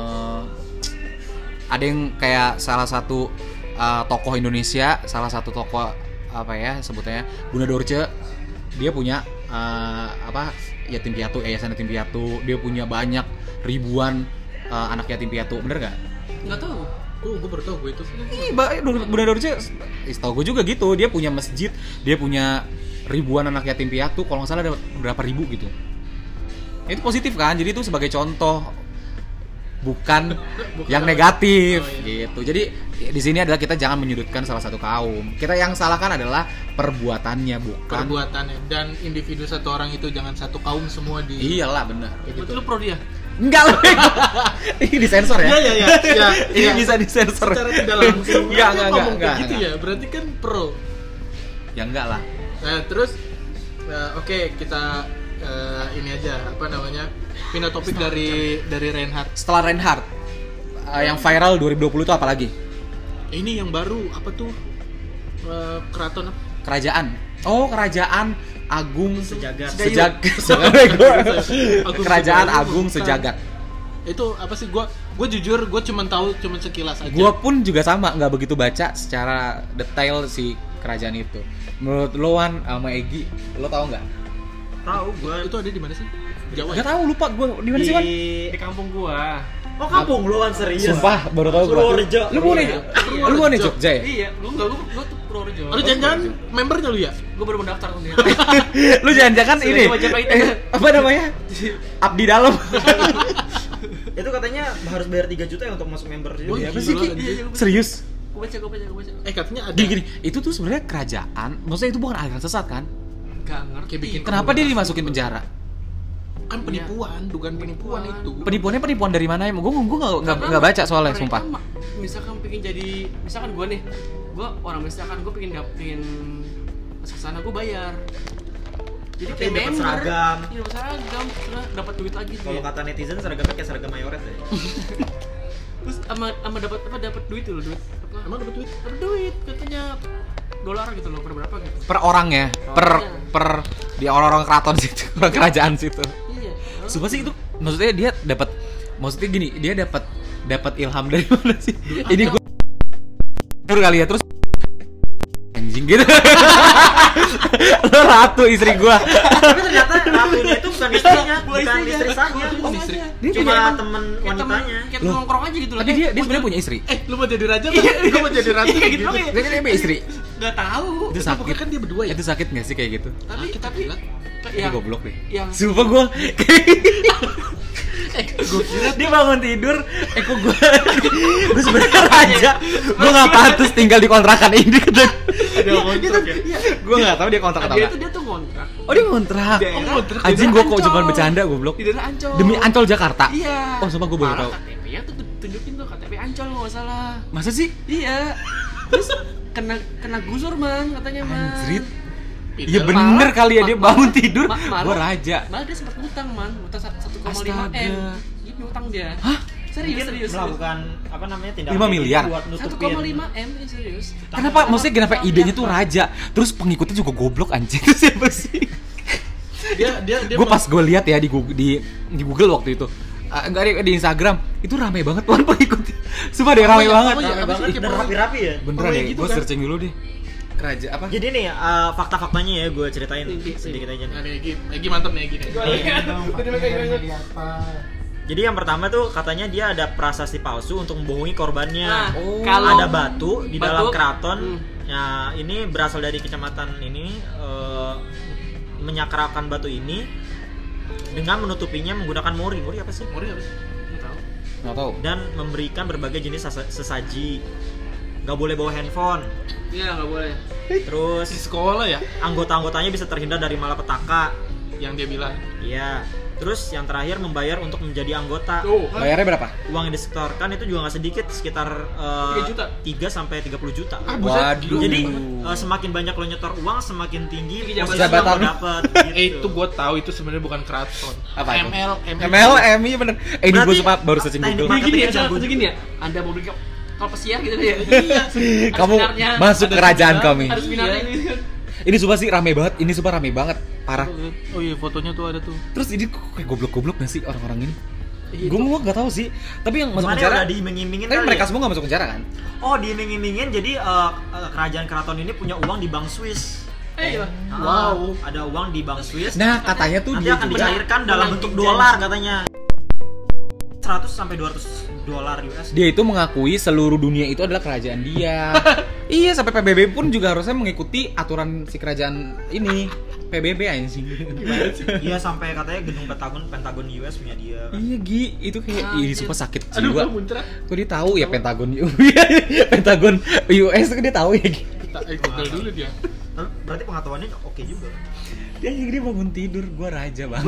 ada yang kayak salah satu tokoh Indonesia, salah satu tokoh apa ya sebutnya, Bunda Dorce. Dia punya yatim piatu, yayasan yatim piatu. Dia punya banyak ribuan anak yatim piatu, bener nggak? Nggak tahu. Gue baru tau gue itu. Bunda Dorce, setahu gue juga gitu. Dia punya masjid, dia punya ribuan anak yatim piatu. Kalau nggak salah ada berapa ribu gitu. Itu positif kan? Jadi itu sebagai contoh, bukan yang negatif gitu. Jadi di sini adalah kita jangan menyudutkan salah satu kaum. Kita yang salahkan adalah perbuatannya, bukan. Perbuatannya dan individu satu orang itu, jangan satu kaum semua di. Iyalah, benar. Kayak Berarti gitu. lu pro dia? Enggak lah. Ini disensor ya? Iya. Ini bisa disensor. Secara tidak langsung. Enggak, Kan ngomong enggak. kayak gitu ya. Berarti kan pro. Ya enggak lah. Nah, terus oke, kita ini aja apa namanya? Pindah topik dari Reinhardt. Setelah Reinhardt yang viral 2020 itu apa lagi? Ini yang baru apa tuh? Keraton apa? Kerajaan. Oh, Kerajaan Agung Sejagat. Kerajaan Agung Sejagat. Itu apa sih? Gue jujur gue cuma sekilas aja. Gua pun juga sama, nggak begitu baca secara detail si kerajaan itu. Menurut lo, Wan, sama Egi, lo tau nggak? Tahu gue Itu ada di mana sih? Jawa. Nggak tahu, lupa gue di mana sih, Wan? Di kampung gua. Oh, kampung lu kan serius. Sumpah, baru tahu gue. Purworejo. Lu mau nih? Iya. Lu mau nih Jogja ya? Iya, gua tuh Purworejo. Oh, jangan membernya lu ya? Gua baru mendaftar sendiri. Lu jangan-jangan Sudah ini Majapahit. apa namanya? Abdi dalam. Itu katanya harus bayar 3 juta ya untuk masuk member. Oh, Jadi iya. Apa sih, Ki? Iya, Serius? Gua baca. Katanya ada. Gini, itu tuh sebenarnya kerajaan. Maksudnya itu bukan aliran sesat kan? Gak ngerti. Kayak bikin Kenapa dia dimasukin penjara? Kan penipuan, dugaan penipuan itu. Penipuan dari mana ya? Gue nggak baca soalnya, Mereka sumpah. Misalkan pengen jadi, misalkan gua nih, gua orang misalkan gua pengen masuk sana, gua bayar. Jadi Tapi kayak dapat member. seragam. Iya, dapat seragam, terus dapat duit lagi. Kalau dia. kata netizen seragamnya kayak seragam mayoret ya. Terus sama dapat duit loh, duit apa? Emang dapat duit? Dapat duit katanya dolar gitu loh, per berapa gitu. Per orang ya, per di orang-orang keraton situ, orang kerajaan situ. Iya. Sumpah sih itu, maksudnya dia dapat, maksudnya gini, dia dapat ilham dari mana sih? Ini gue kali ya, terus anjing gitu. Lo ratu istri gua. Tapi ternyata ratunya itu bukan istrinya, bukan istri sahnya. Istri. Dia Cuma punya temen wanitanya. Kayak nongkrong aja gitu lah. tapi dia sebenarnya punya istri. Lu mau jadi raja atau gue mau jadi ratu? Iya gitu loh ya. Dia punya istri. Enggak tahu. Itu Tapi sakit. pokoknya kan dia berdua ya. Itu sakit nggak sih kayak gitu? Tapi Ini yang goblok deh. yang Sumpah gue dia bangun tidur, kok gue sebenarnya raja, gue nggak pantas tinggal di kontrakan ini. Ada kontrak ya. Gue nggak tahu dia kontrak atau dia enggak. tuh ngontrak. Oh dia kontrak. Daerah- Anjing daerah gue kok cuma Ancol. bercanda goblok. Di daerah Ancol. Demi Ancol Jakarta. Iya. Oh sumpah gue baru tahu. KTP-nya tuh tunjukin tuh KTP Ancol nggak salah. Masa sih? Iya. Terus kena gusur man katanya man. Anjrit. Pindah Iya lah. bener kali ya dia Malah- bangun tidur. malah- Gue raja. Malah dia sempat ngutang man, ngutang 1,5 Astaga. M. Ini ngutang dia. Hah? Serius. Melakukan apa namanya 5 tindakan kayak gitu miliar? buat nutupin. 1,5 M ini serius. Kenapa? Maksudnya kenapa idenya tuh raja? Terus pengikutnya juga goblok anjing. Itu siapa sih? Dia Gue pas gue lihat ya di Google waktu itu. Enggak di Instagram itu rame banget tuh pengikutnya. Sumpah deh rame iya, banget. oh iya, Rame abis banget. itu Dan rapi-rapi ya. Beneran Oh, iya deh, gitu gue kan. searching dulu deh. Kerajaan apa? Jadi nih fakta-faktanya ya gue ceritain sedikit aja nih. Nah, Egi mantep nih Egi nih. Jadi yang pertama tuh katanya dia ada prasasti palsu untuk membohongi korbannya. Nah, Oh. kalau Ada batu di dalam batu, keraton. hmm. Ya, ini berasal dari kecamatan ini menyakralkan batu ini dengan menutupinya menggunakan mori. Mori apa sih? Mori apa sih? Nggak tahu. Nggak tahu. Dan memberikan berbagai jenis sesaji. Gak boleh bawa handphone. Iya nggak boleh. Terus Di sekolah ya anggota-anggotanya bisa terhindar dari malapetaka. yang dia bilang. Iya. Terus yang terakhir membayar untuk menjadi anggota. Tuh, kan? Bayarnya berapa? Uang yang disetorkan itu juga nggak sedikit, sekitar 3 juta. 3 sampai 30 juta. Ah, buset, Waduh. gila. Jadi semakin banyak lo nyetor uang, semakin tinggi Tinggi posisi jabatan lo lu. dapet. Itu gue tahu itu sebenarnya bukan keraton. Apa itu? ML. MI bener. Ini gue Berarti sumpah baru searching teknik Google. Gini ya, Marketingnya jago contoh gini ya. Anda mau beli kalau pesiar gitu ya. Iya. Kamu masuk Ada kerajaan seminar, kami. Harus minarnya Iya. ini. Ini sumpah sih rame banget. Ini sumpah rame banget. Parah. Oh iya, fotonya tuh ada tuh. Terus ini kok kayak goblok-goblok gak sih orang-orang ini? Iya, Gue gak tahu sih. Tapi yang masuk Gimana penjara udah diiming-imingin kan kali mereka ya? semua gak masuk penjara kan? Oh, diiming-imingin jadi kerajaan keraton ini punya uang di bank Swiss. Iya. Wow. Ada uang di bank Swiss. Nah katanya tuh Nanti dia akan tuh dicairkan dalam bentuk dolar katanya. 100 sampai 200 dolar US. dia itu mengakui seluruh dunia itu adalah kerajaan dia. Iya, sampai PBB pun juga harusnya mengikuti aturan si kerajaan ini. PBB anjing. Iya, sampai katanya gedung Pentagon US punya dia. Iya, Gi, itu kayak ih sumpah sakit Aduh, jiwa. gue muncrat. Kok dia tahu ya Pentagon Pentagon US kok dia tahu ya, Gi. Google dulu dia. Berarti pengetahuannya oke juga. Dia bangun tidur, gua raja bang.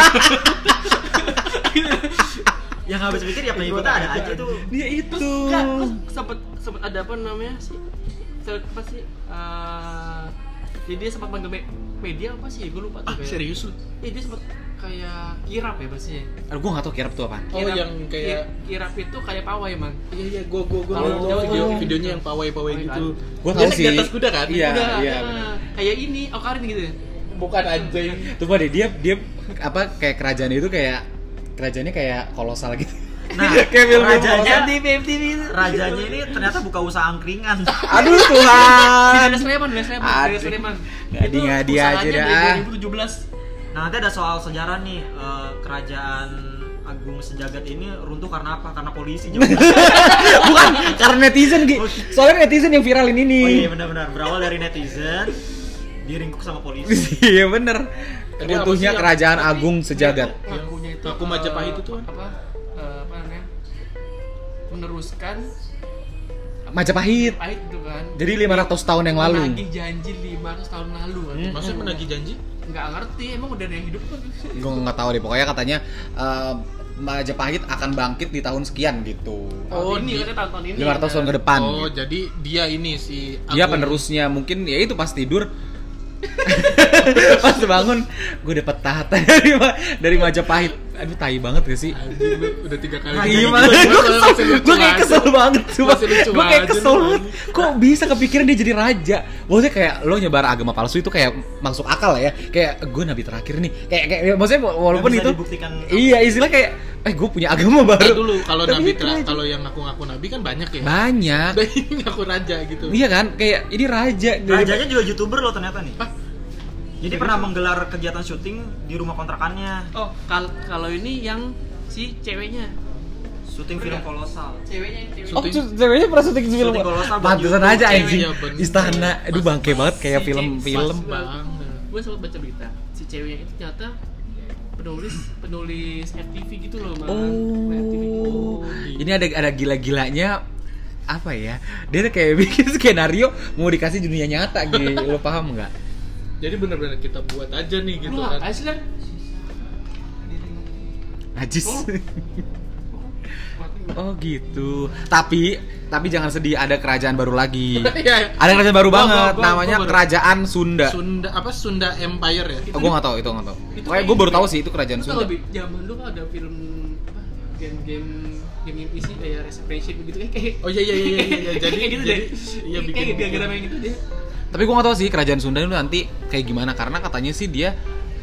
Yang habis pikir ya pengikutnya ada aja tuh. Dia itu. Terus sempet ada apa namanya sih? Apa sih? Jadi dia sempat manggil media apa sih? Gue lupa tuh. Ah, serius lu? Iya dia sempat kayak kirap ya bahasanya. Aduh, gua nggak tahu kirap tuh apa. Oh, yang kayak kirap itu kayak pawai man. iya gue Kalau nonton videonya yang pawai-pawai Pawai gitu. Gua Dia tahu naik sih. di atas kuda kan? Iya, Udah, iya. nah, benar. kayak ini, Okarin gitu ya. Bukan anjing. Tuh Pak, dia apa kayak kerajaan itu kayak kerajaannya kayak kolosal gitu. Nah, Kayak film rajanya Di PMTV itu. rajanya ini ternyata buka usaha angkringan. Aduh Di Tuhan. Daerah Sleman, Aduh. Sleman. Ngadi-ngadi Itu aja usahanya dah. dari 2017. Nah, nanti ada soal sejarah nih, kerajaan Agung Sejagat ini runtuh karena apa? Karena polisi. Bukan karena netizen Gi. Soalnya netizen yang viralin Oh ini. iya, benar-benar berawal dari netizen, diringkuk sama polisi. Iya bener. Tadi apa Runtuhnya sih yang- kerajaan Agung Sejagat. Ngakunya itu Ngaku Majapahit itu kan? apa namanya? Meneruskan Majapahit. pahit itu kan. Jadi 500 tahun yang lalu. Menagih janji 500 tahun lalu kan. Maksudnya menagih janji? Nggak ngerti, emang udah ada yang hidup kan. Gue nggak tahu deh. Pokoknya katanya Majapahit akan bangkit di tahun sekian gitu. Oh, ini katanya tahun-tahun ini. 500 tahun ke depan. Oh, gitu. jadi dia ini si Dia Agung. penerusnya mungkin ya itu pas tidur. Pas bangun gue dapet tahta dari Majapahit. aduh tai banget gak sih? Udah 3 kali. Iya gue kayak kesel banget cuma Masih lucu gue kayak aja kesel lu. banget kok bisa kepikiran dia jadi raja. Maksudnya kayak lo nyebar agama palsu itu kayak masuk akal ya, kayak gue nabi terakhir nih, kayak maksudnya walaupun Nggak bisa itu dibuktikan. iya istilah kayak gue punya agama Nah, baru dulu kalau Tapi nabi itu raja. kalau yang ngaku-ngaku nabi kan banyak ya. banyak. Udah ini ngaku raja gitu. Iya kan, kayak ini raja dari- Rajanya juga YouTuber loh ternyata nih. Hah? Jadi pernah menggelar kegiatan syuting di rumah kontrakannya. Oh, kalau ini yang si ceweknya. Syuting film kolosal. Ceweknya yang cewek. Oh, ceweknya pernah syuting film. Syuting kolosal Pantesan buat aja YouTube. anjing. Iya, bener. Istana, aduh bangke banget kayak Si film-film. cewek- Banget. Gue sempat baca berita, si ceweknya itu ternyata penulis FTV gitu loh, Mas. FTV gitu. Oh, ini ada gila-gilanya apa ya? Dia tuh kayak bikin skenario mau dikasih dunia nyata gitu. Lo paham nggak? Jadi benar-benar kita buat aja nih gitu Lu kan. ngapain sih, Lan? Najis. Oh gitu. Tapi jangan sedih, ada kerajaan baru lagi. Iya. Ada kerajaan baru Gua- banget, gua namanya baru- Kerajaan Sunda. Sunda Empire ya. Oh, gue nggak tahu, itu nggak tahu. Itu Kayak gue baru tahu sih itu Kerajaan Itu Sunda. lebih zaman dulu kan ada film apa? Game isi kayak Resurrection begitu kayak Oh iya. Jadi kayak gitu jadi deh. iya bikin Kayak gara-gara main gitu deh. Tapi gue nggak tahu sih Kerajaan Sunda itu nanti kayak gimana, karena katanya sih dia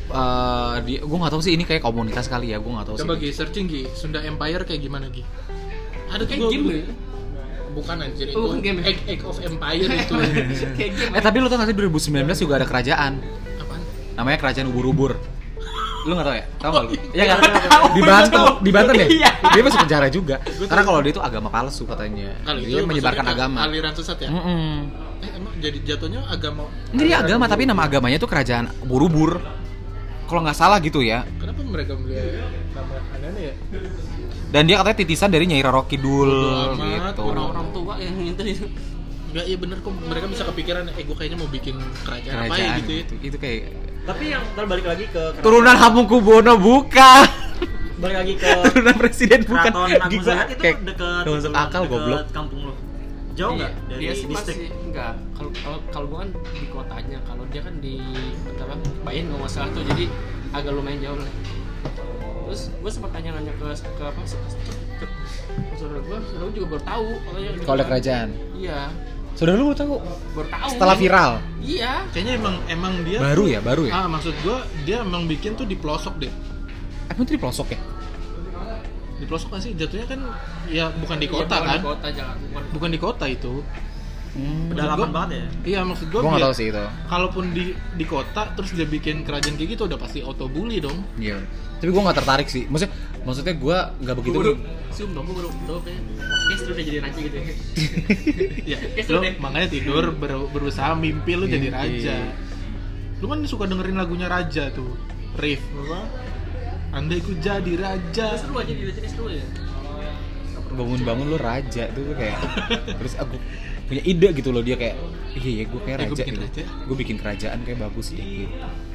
gue nggak tahu sih, ini kayak komunitas kali ya, gue nggak tahu Coba sih. Gi, searching Gi, Sunda Empire kayak gimana Gi? Ada tuh Kayak gua- game ya. Bukan anjir, Oh, itu bukan game ya? Egg of Empire itu. Kayak game. Tapi lu tau gak sih 2019 juga ada kerajaan Apaan? namanya Kerajaan Ubur-Ubur. Lu nggak tahu ya? Tahu nggak lu? Iya kan? Tahu, Di Banten ya? Iya. Dia masuk penjara juga. Karena kalau dia itu agama palsu katanya. Kali Dia menyebarkan maksudnya agama. aliran sesat ya? Emang jadi jatuhnya agama. Ini dia agama tapi nama agamanya tuh Kerajaan Ubur-Ubur. Kalau nggak salah gitu ya. Kenapa mereka beli nama aneh-aneh ya? Dan dia katanya titisan dari Nyai Roro Kidul Bodo amat, gitu. Orang-orang tua yang minta itu. Enggak, iya bener kok mereka bisa kepikiran, gue kayaknya mau bikin kerajaan apa ya gitu ya. Itu kayak Tapi yang balik lagi ke turunan Hamengkubuwono bukan. balik lagi ke Turunan presiden bukan. Keraton Agung Gila, Sehat itu kayak dekat nggak masuk itu, akal dekat goblok. kampung lo. Jauh nggak dari Dia sih distrik? masih enggak. Kalau gua kan di kotanya, kalau dia kan di apa? Bayin nggak masalah tuh. Jadi agak lumayan jauh lah. Terus gua sempat tanya-nanya ke apa sih? Saudara gua juga baru tahu Kalau ada kerajaan. Iya, Saudara lu baru tahu baru tahu. setelah viral. Iya. Kayaknya emang dia Baru ya? maksud gue dia emang bikin tuh di pelosok deh. Emang tuh di pelosok ya? Di pelosok kan sih jatuhnya kan ya bukan di Iya, kota bukan kan? Di kota jangan. Bukan di kota itu. Pedalaman banget ya. Iya maksud gue Gua nggak tahu sih itu. kalaupun di kota terus dia bikin kerajaan kayak gitu udah pasti auto bully dong. Iya. Tapi gua nggak tertarik sih. Maksudnya gua nggak begitu. Zoom dong, gua baru kayak guys udah jadi raja gitu ya. Ya, Yes, lo udah. makanya tidur berusaha mimpi lu jadi Mimpi. raja. Lu kan suka dengerin lagunya Raja tuh, Riff apa? Andai ku jadi raja. Seru aja di seru ya. Bangun-bangun lu raja itu kayak. Terus aku punya ide gitu loh, dia kayak iya gue kayak Gua raja bikin gitu. raja. Gue bikin kerajaan kayak bagus deh gitu.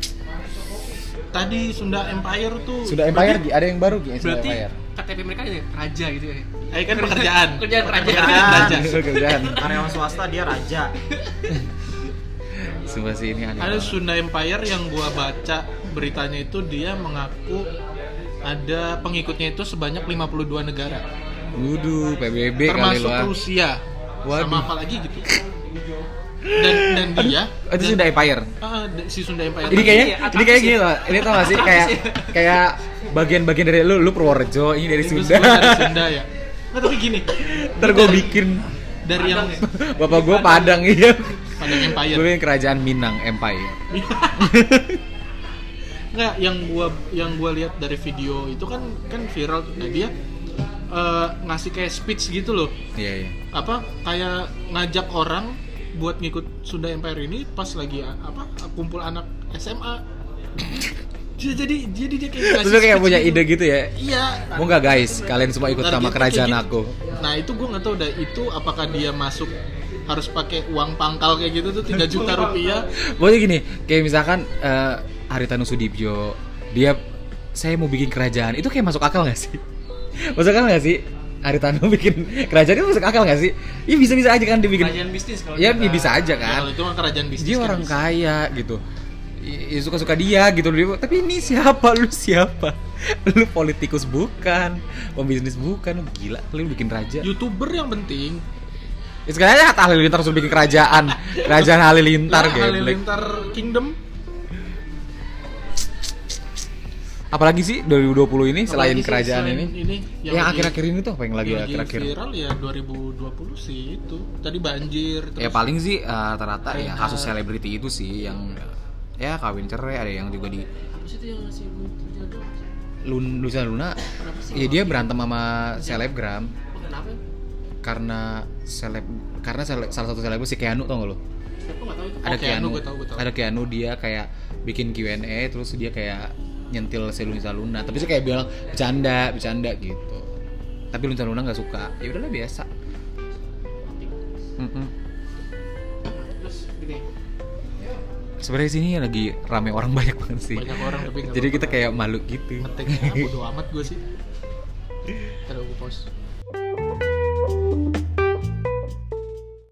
Tadi Sunda Empire tuh Sudah Empire Gi, ada yang baru Gi, Sunda Berarti Empire. KTP mereka ini raja gitu ya. kan pekerjaan. Pekerjaan raja. Pekerjaan raja. Kerajaan. Karyawan swasta dia raja. Sumpah sih ini aneh. Ada banget. Sunda Empire yang gua baca beritanya itu dia mengaku ada pengikutnya itu sebanyak 52 negara. Wuduh, PBB kali Termasuk lah. Rusia. Waduh. Sama apa lagi gitu. Dan dia Itu Sunda Empire. Si Sunda Empire. Ini kayaknya Iya, ini kayak Atlantis gini loh. Ini tau gak sih kayak bagian-bagian dari lu Purworejo, ini dari Terus Sunda. gua dari Sunda ya. Nah, tapi gini, Ntar gue bikin dari yang bapak gue Padang iya. Padang Empire. Gue bikin kerajaan Minang Empire. Nggak, yang gua lihat dari video itu kan viral tuh. Nah, dia ngasih kayak speech gitu loh. Iya iya. Apa kayak ngajak orang buat ngikut Sunda Empire ini pas lagi kumpul anak SMA. jadi dia kayak Terus lu kayak speech punya gitu. ide gitu ya. Iya. Mau nggak guys, kalian semua ikut sama Targetnya kerajaan kayak gitu. aku. Nah itu gue nggak tahu dah itu apakah dia masuk harus pakai uang pangkal kayak gitu tuh 3 juta rupiah. Pokoknya gini, kayak misalkan Haritanu Sudibyo, dia saya mau bikin kerajaan, itu kayak masuk akal nggak sih? Masuk akal nggak sih? Haritanu bikin kerajaan itu masuk akal nggak sih? Iya bisa-bisa aja kan dibikin. Kerajaan bisnis kalau Ya kita- bisa aja Ya, kan. kalau itu mah kerajaan bisnis. Dia kan orang bisa. kaya gitu. Ya, suka-suka dia gitu. Tapi ini siapa? Lu siapa? Lu politikus bukan, pembisnis bukan, lu gila, lu bikin raja. YouTuber yang penting. Ya, sekarang aja Hatta Halilintar suruh bikin kerajaan Halilintar Lah, geblek. Halilintar Kingdom. Apalagi sih 2020 ini selain Apalagi sih kerajaan selain ini? yang Yang lagi- akhir-akhir ini tuh apa yang lagi yang akhir-akhir? viral ya 2020 sih itu. Tadi banjir terus Ya paling sih rata-rata ya Reinhard. kasus selebriti itu sih yang ya kawin cerai, ada yang juga di Apa sih itu yang ngasih Luisa Luna. Kenapa sih? Ya dia berantem sama selebgram Oh, kenapa? karena salah satu selebgram si Keanu, tau gak lo? Siapa nggak tahu itu. Ada Oh, Keanu, Keanu, gua tahu. ada Keanu, dia kayak bikin Q&A terus dia kayak nyentil si Luisa Luna, tapi sih kayak bilang bercanda gitu. Tapi Luisa Luna nggak suka. Ya udahlah biasa. Terus gini. Sebenarnya sini lagi rame orang banyak banget sih. banyak orang tapi nggak Jadi kita apa-apa. kayak malu gitu. ngetek bodo amat gue sih. Ntar gue post.